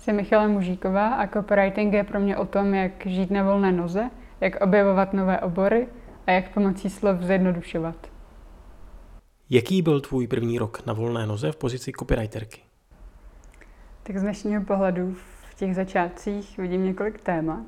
Jsem Michala Mužíková a copywriting je pro mě o tom, jak žít na volné noze, jak objevovat nové obory a jak pomocí slov zjednodušovat. Jaký byl tvůj první rok na volné noze v pozici copywriterky? Tak z dnešního pohledu v těch začátcích vidím několik témat.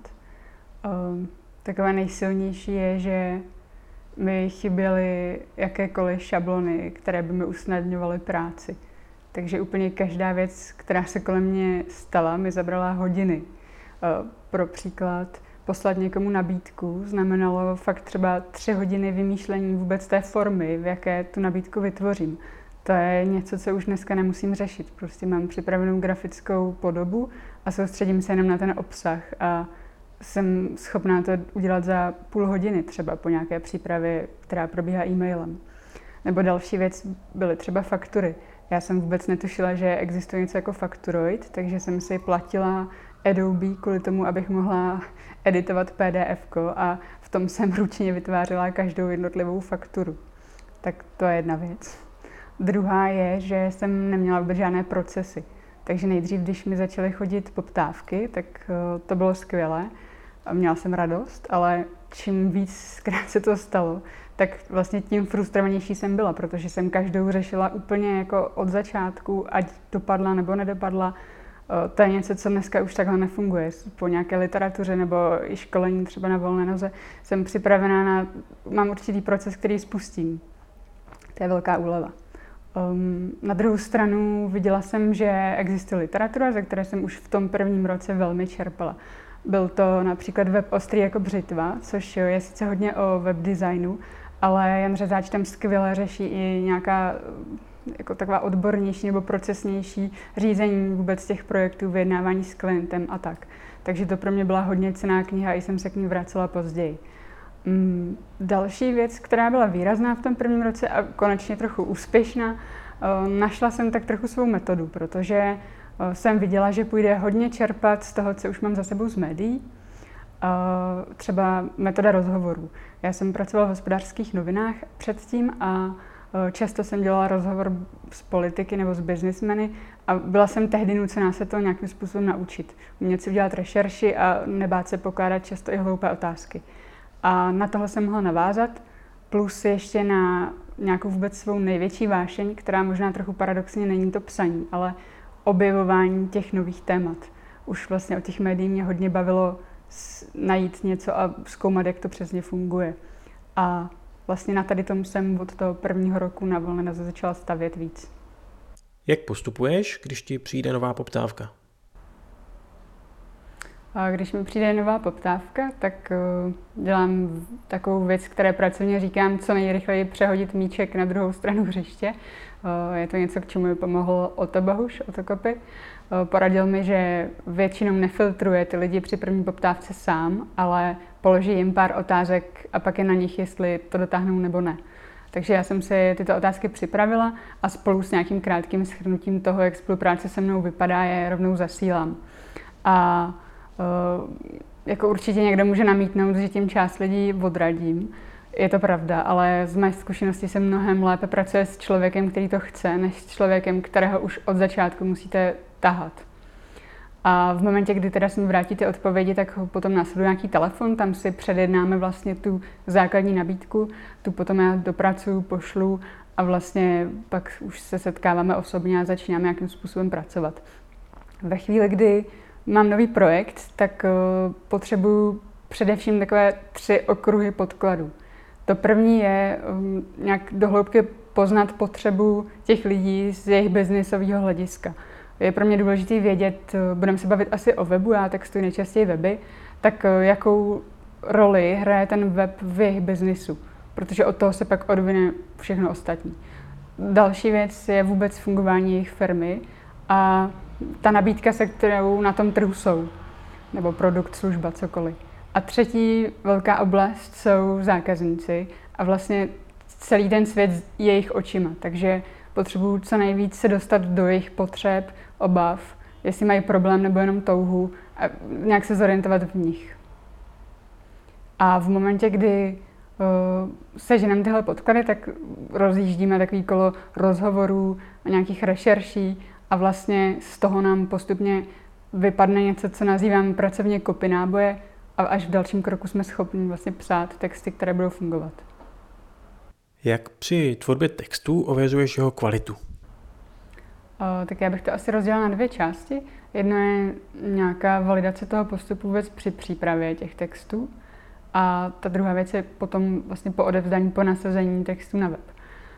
Takové nejsilnější je, že mi chyběly jakékoliv šablony, které by mi usnadňovaly práci. Takže úplně každá věc, která se kolem mě stala, mi zabrala hodiny. Pro příklad, poslat někomu nabídku znamenalo fakt třeba 3 hodiny vymýšlení vůbec té formy, v jaké tu nabídku vytvořím. To je něco, co už dneska nemusím řešit. Prostě mám připravenou grafickou podobu a soustředím se jenom na ten obsah a jsem schopná to udělat za půl hodiny třeba po nějaké přípravě, která probíhá e-mailem. Nebo další věc byly třeba faktury. Já jsem vůbec netušila, že existuje něco jako Fakturoid, takže jsem si platila Adobe kvůli tomu, abych mohla editovat PDF-ko a v tom jsem ručně vytvářela každou jednotlivou fakturu. Tak to je jedna věc. Druhá je, že jsem neměla vůbec žádné procesy. Takže nejdřív, když mi začaly chodit poptávky, tak to bylo skvělé a měla jsem radost, ale čím víc krát se to stalo, tak vlastně tím frustrovanější jsem byla, protože jsem každou řešila úplně jako od začátku, ať dopadla nebo nedopadla. To je něco, co dneska už takhle nefunguje. Po nějaké literatuře nebo i školení třeba na volné noze jsem připravená mám určitý proces, který spustím. To je velká úleva. Na druhou stranu viděla jsem, že existuje literatura, ze které jsem už v tom prvním roce velmi čerpala. Byl to například web Ostrý jako břitva, což je sice hodně o webdesignu, ale Jan Řezáč tam skvěle řeší i nějaká jako taková odbornější nebo procesnější řízení vůbec těch projektů, vyjednávání s klientem a tak. Takže to pro mě byla hodně cenná kniha, i jsem se k ní vracela později. Další věc, která byla výrazná v tom prvním roce a konečně trochu úspěšná, našla jsem tak trochu svou metodu, protože jsem viděla, že půjde hodně čerpat z toho, co už mám za sebou z médií. Třeba metoda rozhovorů. Já jsem pracovala v Hospodářských novinách předtím a často jsem dělala rozhovor s politiky nebo s biznismeny a byla jsem tehdy nucená se to nějakým způsobem naučit. Umět si udělat rešerši a nebát se pokládat často i hloupé otázky. A na toho jsem mohla navázat, plus ještě na nějakou vůbec svou největší vášeň, která možná trochu paradoxně není to psaní, ale objevování těch nových témat. Už vlastně od těch médií mě hodně bavilo najít něco a zkoumat, jak to přesně funguje. A vlastně na tady tom jsem od toho prvního roku na volné noze začala stavět víc. Jak postupuješ, když ti přijde nová poptávka? A když mi přijde nová poptávka, tak dělám takovou věc, které pracovně říkám, co nejrychleji přehodit míček na druhou stranu hřiště. Je to něco, k čemu mi pomohl Otto Bohuš, Otto Copy. Poradil mi, že většinou nefiltruje ty lidi při první poptávce sám, ale položí jim pár otázek a pak je na nich, jestli to dotáhnou nebo ne. Takže já jsem si tyto otázky připravila a spolu s nějakým krátkým shrnutím toho, jak spolupráce se mnou vypadá, je rovnou zasílám. A jako určitě někdo může namítnout, že tím část lidí odradím. Je to pravda, ale z mé zkušenosti se mnohem lépe pracuje s člověkem, který to chce, než s člověkem, kterého už od začátku musíte tahat. A v momentě, kdy teda se mi vrátí ty odpovědi, tak potom následuje nějaký telefon, tam si předjednáme vlastně tu základní nabídku, tu potom já dopracuju, pošlu a vlastně pak už se setkáváme osobně a začínáme nějakým způsobem pracovat. Ve chvíli, kdy mám nový projekt, tak potřebuju především takové 3 okruhy podkladů. To první je nějak dohloubky poznat potřebu těch lidí z jejich biznisového hlediska. Je pro mě důležité vědět, budeme se bavit asi o webu, já textuji nejčastěji weby, tak jakou roli hraje ten web v jejich biznisu, protože od toho se pak odvine všechno ostatní. Další věc je vůbec fungování jejich firmy a ta nabídka, se kterou na tom trhu jsou, nebo produkt, služba, cokoliv. A třetí velká oblast jsou zákazníci a vlastně celý ten svět jejich očima, takže potřebuju co nejvíc se dostat do jejich potřeb, obav, jestli mají problém nebo jenom touhu a nějak se zorientovat v nich. A v momentě, kdy seženeme tyhle podklady, tak rozjíždíme takový kolo rozhovorů a nějakých rešerší a vlastně z toho nám postupně vypadne něco, co nazývám pracovně copy náboje a až v dalším kroku jsme schopni vlastně psát texty, které budou fungovat. Jak při tvorbě textu ověřuješ jeho kvalitu? Tak já bych to asi rozdělila na 2 části. Jedno je nějaká validace toho postupu vůbec při přípravě těch textů a ta druhá věc je potom vlastně po odevzdání, po nasazení textu na web.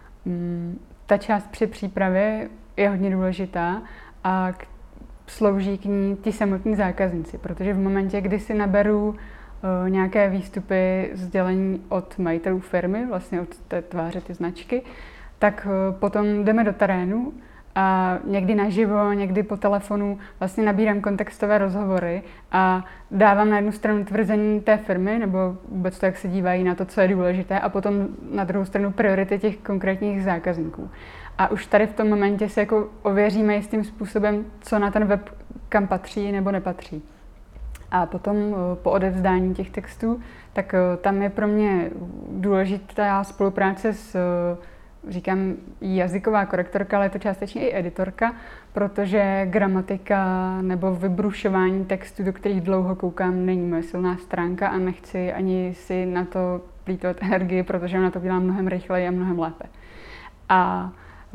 Ta část při přípravě je hodně důležitá a slouží k ní ti samotní zákazníci, protože v momentě, kdy si naberu nějaké výstupy sdělení od majitelů firmy, vlastně od té tváře, ty značky, tak potom jdeme do terénu a někdy naživo, někdy po telefonu vlastně nabírám kontextové rozhovory a dávám na jednu stranu tvrzení té firmy, nebo vůbec to, jak se dívají na to, co je důležité, a potom na druhou stranu priority těch konkrétních zákazníků. A už tady v tom momentě se jako ověříme jistým způsobem, co na ten web kam patří nebo nepatří. A potom po odevzdání těch textů, tak tam je pro mě důležitá spolupráce s, říkám, jazyková korektorka, ale je to částečně i editorka, protože gramatika nebo vybrušování textu, do kterých dlouho koukám, není moje silná stránka a nechci ani si na to plýtvat energii, protože na to dělám mnohem rychleji a mnohem lépe. A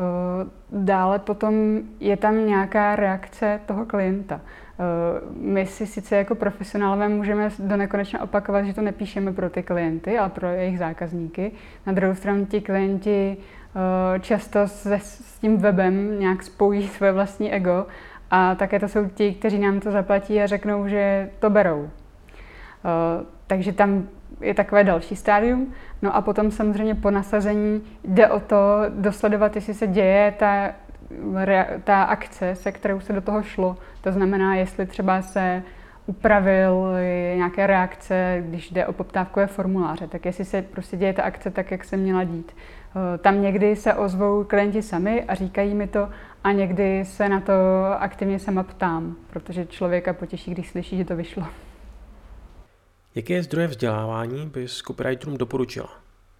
dále potom je tam nějaká reakce toho klienta. My si sice jako profesionálové můžeme do nekonečna opakovat, že to nepíšeme pro ty klienty, ale pro jejich zákazníky. Na druhou stranu ti klienti často s tím webem nějak spojí svoje vlastní ego a také to jsou ti, kteří nám to zaplatí a řeknou, že to berou. Takže tam je takové další stádium. No a potom samozřejmě po nasazení jde o to dosledovat, jestli se děje ta akce, se kterou se do toho šlo. To znamená, jestli třeba se upravil nějaké reakce, když jde o poptávkové formuláře, tak jestli se prostě děje ta akce tak, jak se měla dít. Tam někdy se ozvou klienti sami a říkají mi to a někdy se na to aktivně sama ptám, protože člověka potěší, když slyší, že to vyšlo. Jaké zdroje vzdělávání bys copywriterům doporučila?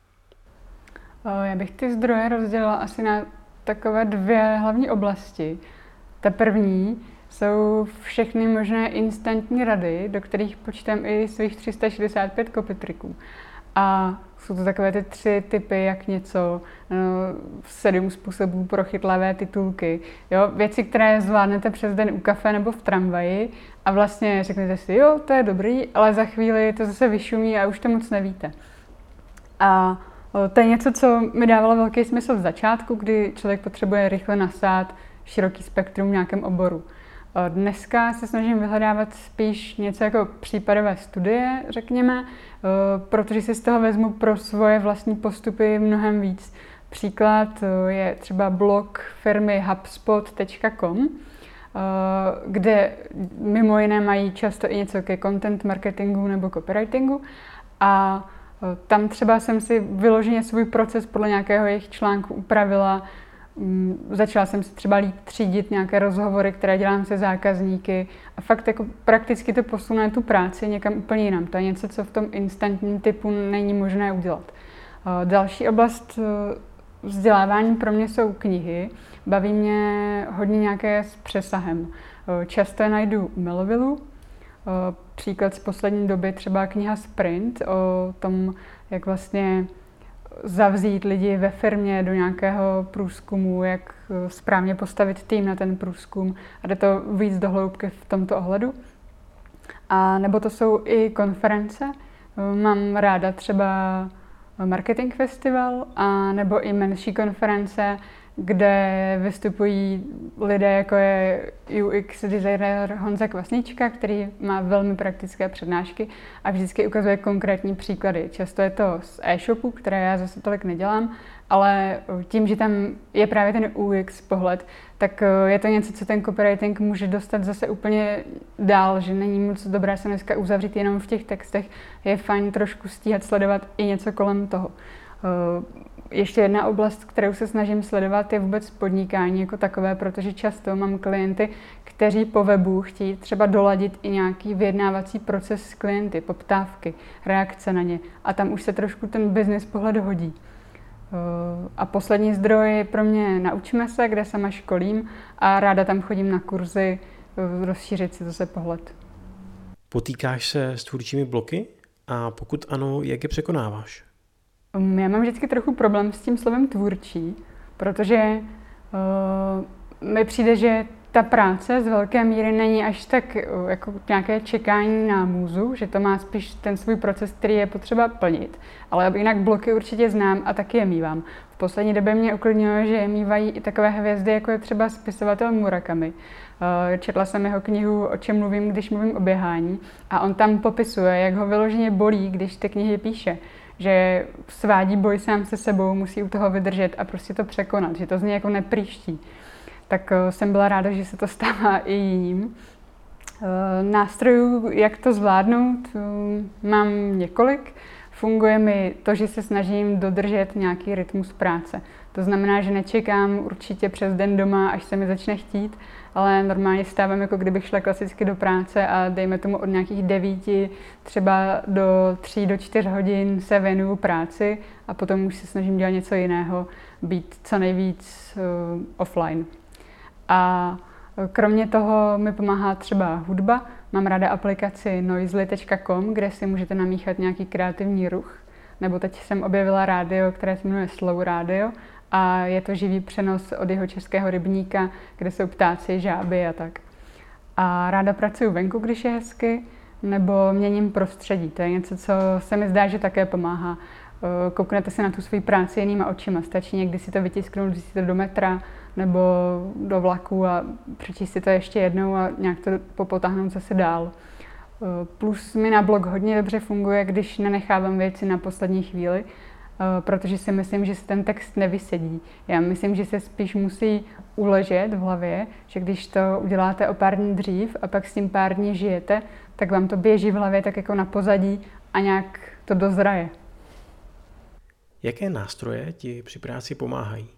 Já bych ty zdroje rozdělila asi na takové 2 hlavní oblasti. Ta první jsou všechny možné instantní rady, do kterých počítám i svých 365 copytricků. A jsou to takové ty 3 typy, jak něco, 7 způsobů pro chytlavé titulky. Jo? Věci, které zvládnete přes den u kafe nebo v tramvaji a vlastně řeknete si, jo, to je dobrý, ale za chvíli to zase vyšumí a už to moc nevíte. A to je něco, co mi dávalo velký smysl v začátku, kdy člověk potřebuje rychle nasát široký spektrum v nějakém oboru. Dneska se snažím vyhledávat spíš něco jako případové studie, řekněme, protože si z toho vezmu pro svoje vlastní postupy mnohem víc. Příklad je třeba blog firmy hubspot.com, kde mimo jiné mají často i něco ke content marketingu nebo copywritingu a tam třeba jsem si vyloženě svůj proces podle nějakého jejich článku upravila. Začala jsem si třeba líp třídit nějaké rozhovory, které dělám se zákazníky a fakt jako prakticky to posune tu práci někam úplně jinam. To je něco, co v tom instantním typu není možné udělat. Další oblast vzdělávání pro mě jsou knihy. Baví mě hodně nějaké s přesahem. Často je najdu u Melovilu. Příklad z poslední doby třeba kniha Sprint o tom, jak vlastně zavzít lidi ve firmě do nějakého průzkumu, jak správně postavit tým na ten průzkum a jde to víc do hloubky v tomto ohledu. A nebo to jsou i konference. Mám ráda třeba Marketing Festival a nebo i menší konference, kde vystupují lidé, jako je UX designer Honza Kvasnička, který má velmi praktické přednášky a vždycky ukazuje konkrétní příklady. Často je to z e-shopu, které já zase tolik nedělám, ale tím, že tam je právě ten UX pohled, tak je to něco, co ten copywriting může dostat zase úplně dál, že není moc dobré se dneska uzavřít jenom v těch textech. Je fajn trošku stíhat, sledovat i něco kolem toho. Ještě jedna oblast, kterou se snažím sledovat, je vůbec podnikání jako takové, protože často mám klienty, kteří po webu chtějí třeba doladit i nějaký vyjednávací proces s klienty, poptávky, reakce na ně. A tam už se trošku ten business pohled hodí. A poslední zdroj je pro mě Naučme se, kde sama školím a ráda tam chodím na kurzy, rozšířit si zase pohled. Potýkáš se s tvůrčími bloky? A pokud ano, jak je překonáváš? Já mám vždycky trochu problém s tím slovem tvůrčí, protože mi přijde, že ta práce z velké míry není až tak jako nějaké čekání na můzu, že to má spíš ten svůj proces, který je potřeba plnit. Ale jinak bloky určitě znám a taky je mívám. V poslední době mě uklidnilo, že je mívají i takové hvězdy, jako je třeba spisovatel Murakami. Četla jsem jeho knihu O čem mluvím, když mluvím o běhání a on tam popisuje, jak ho vyloženě bolí, když ty knihy píše. Že svádí boj sám se sebou, musí u toho vydržet a prostě to překonat, že to z něj jako nepříští. Tak jsem byla ráda, že se to stává i jiným. Nástrojů, jak to zvládnout, mám několik. Funguje mi to, že se snažím dodržet nějaký rytmus práce. To znamená, že nečekám určitě přes den doma, až se mi začne chtít, ale normálně stávám, jako kdybych šla klasicky do práce a dejme tomu od nějakých 9 třeba do 3 do 4 hodin se věnuju práci a potom už se snažím dělat něco jiného, být co nejvíc offline. A kromě toho mi pomáhá třeba hudba. Mám ráda aplikaci noisely.com, kde si můžete namíchat nějaký kreativní ruch. Nebo teď jsem objevila rádio, které se jmenuje Slow Radio a je to živý přenos od Jihočeského rybníka, kde jsou ptáci, žáby a tak. A ráda pracuji venku, když je hezky, nebo měním prostředí. To je něco, co se mi zdá, že také pomáhá. Kouknete se na tu svou práci jinýma očima. Stačí někdy si to vytisknout, vzít si to do metra nebo do vlaku a přečíst si to ještě jednou a nějak to popotáhnout zase dál. Plus mi na blog hodně dobře funguje, když nenechávám věci na poslední chvíli, protože si myslím, že se ten text nevysedí. Já myslím, že se spíš musí uležet v hlavě, že když to uděláte o pár dní dřív a pak s tím pár dní žijete, tak vám to běží v hlavě tak jako na pozadí a nějak to dozraje. Jaké nástroje ti při práci pomáhají?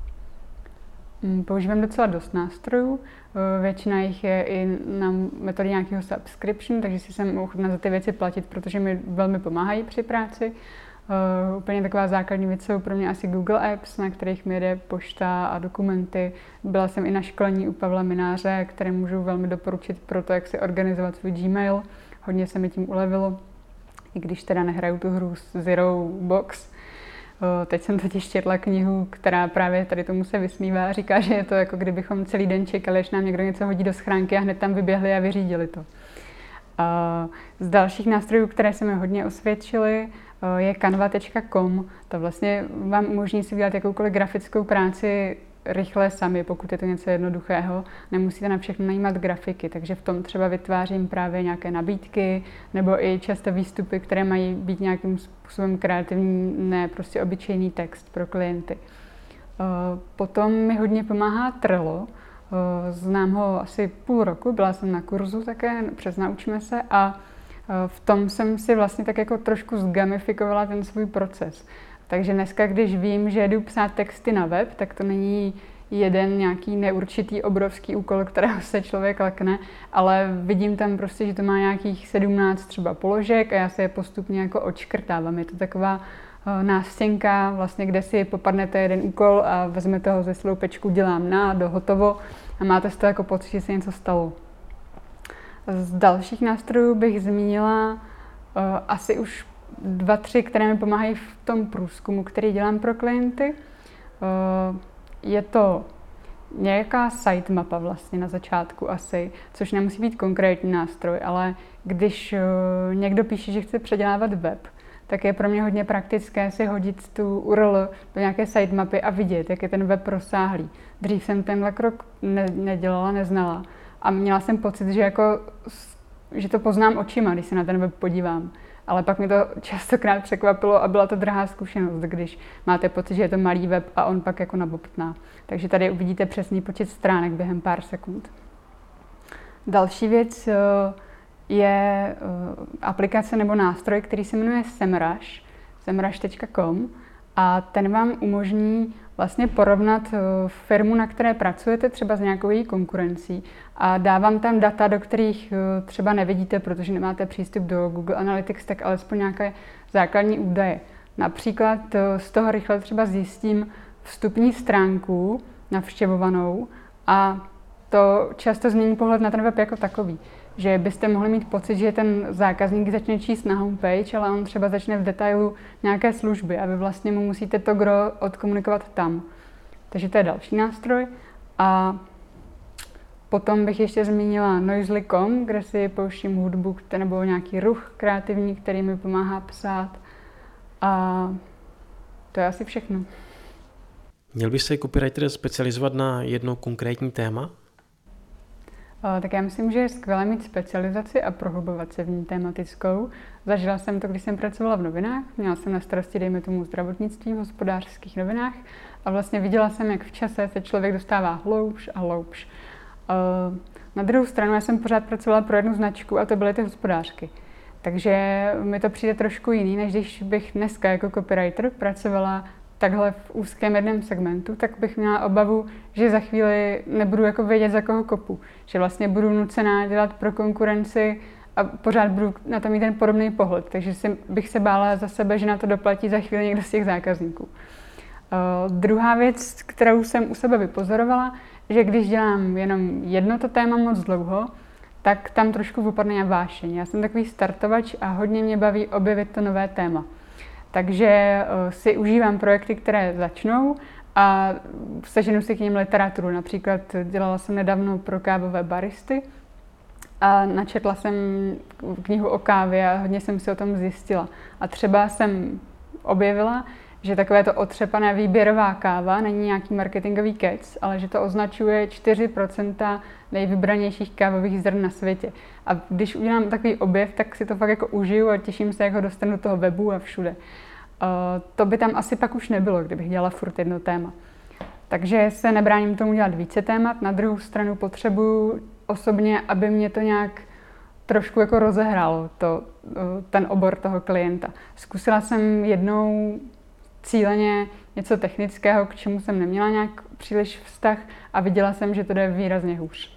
Používám docela dost nástrojů. Většina jich je i na metodě nějakého subscription, takže si jsem ochotná za ty věci platit, protože mi velmi pomáhají při práci. Úplně taková základní věc jsou pro mě asi Google Apps, na kterých mi jede pošta a dokumenty. Byla jsem i na školení u Pavla Mináře, které můžu velmi doporučit pro to, jak si organizovat svůj Gmail. Hodně se mi tím ulevilo, i když teda nehraju tu hru Zero Box. Teď jsem totiž četla knihu, která právě tady tomu se vysmívá a říká, že je to jako kdybychom celý den čekali, až nám někdo něco hodí do schránky a hned tam vyběhli a vyřídili to. Z dalších nástrojů, které se mi hodně osvědčily, je canva.com. To vlastně vám umožní si dělat jakoukoliv grafickou práci rychle sami, pokud je to něco jednoduchého. Nemusíte na všechno najímat grafiky, takže v tom třeba vytvářím právě nějaké nabídky nebo i často výstupy, které mají být nějakým způsobem kreativní, ne prostě obyčejný text pro klienty. Potom mi hodně pomáhá Trello. Znám ho asi půl roku, byla jsem na kurzu také přes Naučme se a v tom jsem si vlastně tak jako trošku zgamifikovala ten svůj proces. Takže dneska, když vím, že jdu psát texty na web, tak to není jeden nějaký neurčitý obrovský úkol, kterého se člověk lekne, ale vidím tam prostě, že to má nějakých 17 třeba položek a já se je postupně jako odškrtávám. Je to taková nástěnka, vlastně, kde si popadnete jeden úkol a vezmete ho ze sloupečku, dělám do hotovo a máte z toho jako pocit, že se něco stalo. Z dalších nástrojů bych zmínila asi už 2-3, které mi pomáhají v tom průzkumu, který dělám pro klienty. Je to nějaká sitemapa vlastně na začátku asi, což nemusí být konkrétní nástroj, ale když někdo píše, že chce předělávat web, tak je pro mě hodně praktické si hodit tu URL do nějaké sitemapy a vidět, jak je ten web rozsáhlý. Dřív jsem tenhle krok nedělala, neznala a měla jsem pocit, že to poznám očima, když se na ten web podívám. Ale pak mi to častokrát překvapilo a byla to drahá zkušenost, když máte pocit, že je to malý web a on pak jako nabobtná. Takže tady uvidíte přesný počet stránek během pár sekund. Další věc je aplikace nebo nástroj, který se jmenuje Semrush, semrush.com a ten vám umožní vlastně porovnat firmu, na které pracujete, třeba s nějakou její konkurencí a dá vám tam data, do kterých třeba nevidíte, protože nemáte přístup do Google Analytics, tak alespoň nějaké základní údaje. Například z toho rychle třeba zjistím vstupní stránku navštěvovanou a to často změní pohled na ten web jako takový. Že byste mohli mít pocit, že ten zákazník začne číst na homepage, ale on třeba začne v detailu nějaké služby a vy vlastně mu musíte to gro odkomunikovat tam. Takže to je další nástroj. A potom bych ještě zmínila Noisly.com, kde si pouštím hudbu nebo nějaký ruch kreativní, který mi pomáhá psát. A to je asi všechno. Měl by se copywriter specializovat na jedno konkrétní téma? Tak já myslím, že je skvělé mít specializaci a prohlubovat se v ní tematickou. Zažila jsem to, když jsem pracovala v novinách. Měla jsem na starosti, dejme tomu, zdravotnictví v hospodářských novinách a vlastně viděla jsem, jak v čase se člověk dostává hloubš a hloubš. Na druhou stranu já jsem pořád pracovala pro jednu značku a to byly ty hospodářky. Takže mi to přijde trošku jiný, než když bych dneska jako copywriter pracovala takhle v úzkém jednom segmentu, tak bych měla obavu, že za chvíli nebudu jako vědět, za koho kopu. Že vlastně budu nucená dělat pro konkurenci a pořád budu na to mít ten podobný pohled. Takže bych se bála za sebe, že na to doplatí za chvíli někdo z těch zákazníků. Druhá věc, kterou jsem u sebe vypozorovala, že když dělám jenom jedno to téma moc dlouho, tak tam trošku vypadne vášeň. Já jsem takový startovač a hodně mě baví objevit to nové téma. Takže si užívám projekty, které začnou a seženu si k nim literaturu. Například dělala jsem nedávno pro kávové baristy a načetla jsem knihu o kávě a hodně jsem si o tom zjistila. A třeba jsem objevila, že takové to otřepané výběrová káva není nějaký marketingový kec, ale že to označuje 4% nejvybranějších kávových zrn na světě. A když udělám takový objev, tak si to fakt jako užiju a těším se, jak ho dostanu do toho webu a všude. To by tam asi pak už nebylo, kdybych dělala furt jedno téma. Takže se nebráním tomu dělat více témat. Na druhou stranu potřebuju osobně, aby mě to nějak trošku jako rozehrálo, ten obor toho klienta. Zkusila jsem jednou cíleně něco technického, k čemu jsem neměla nějak příliš vztah a viděla jsem, že to jde výrazně hůř.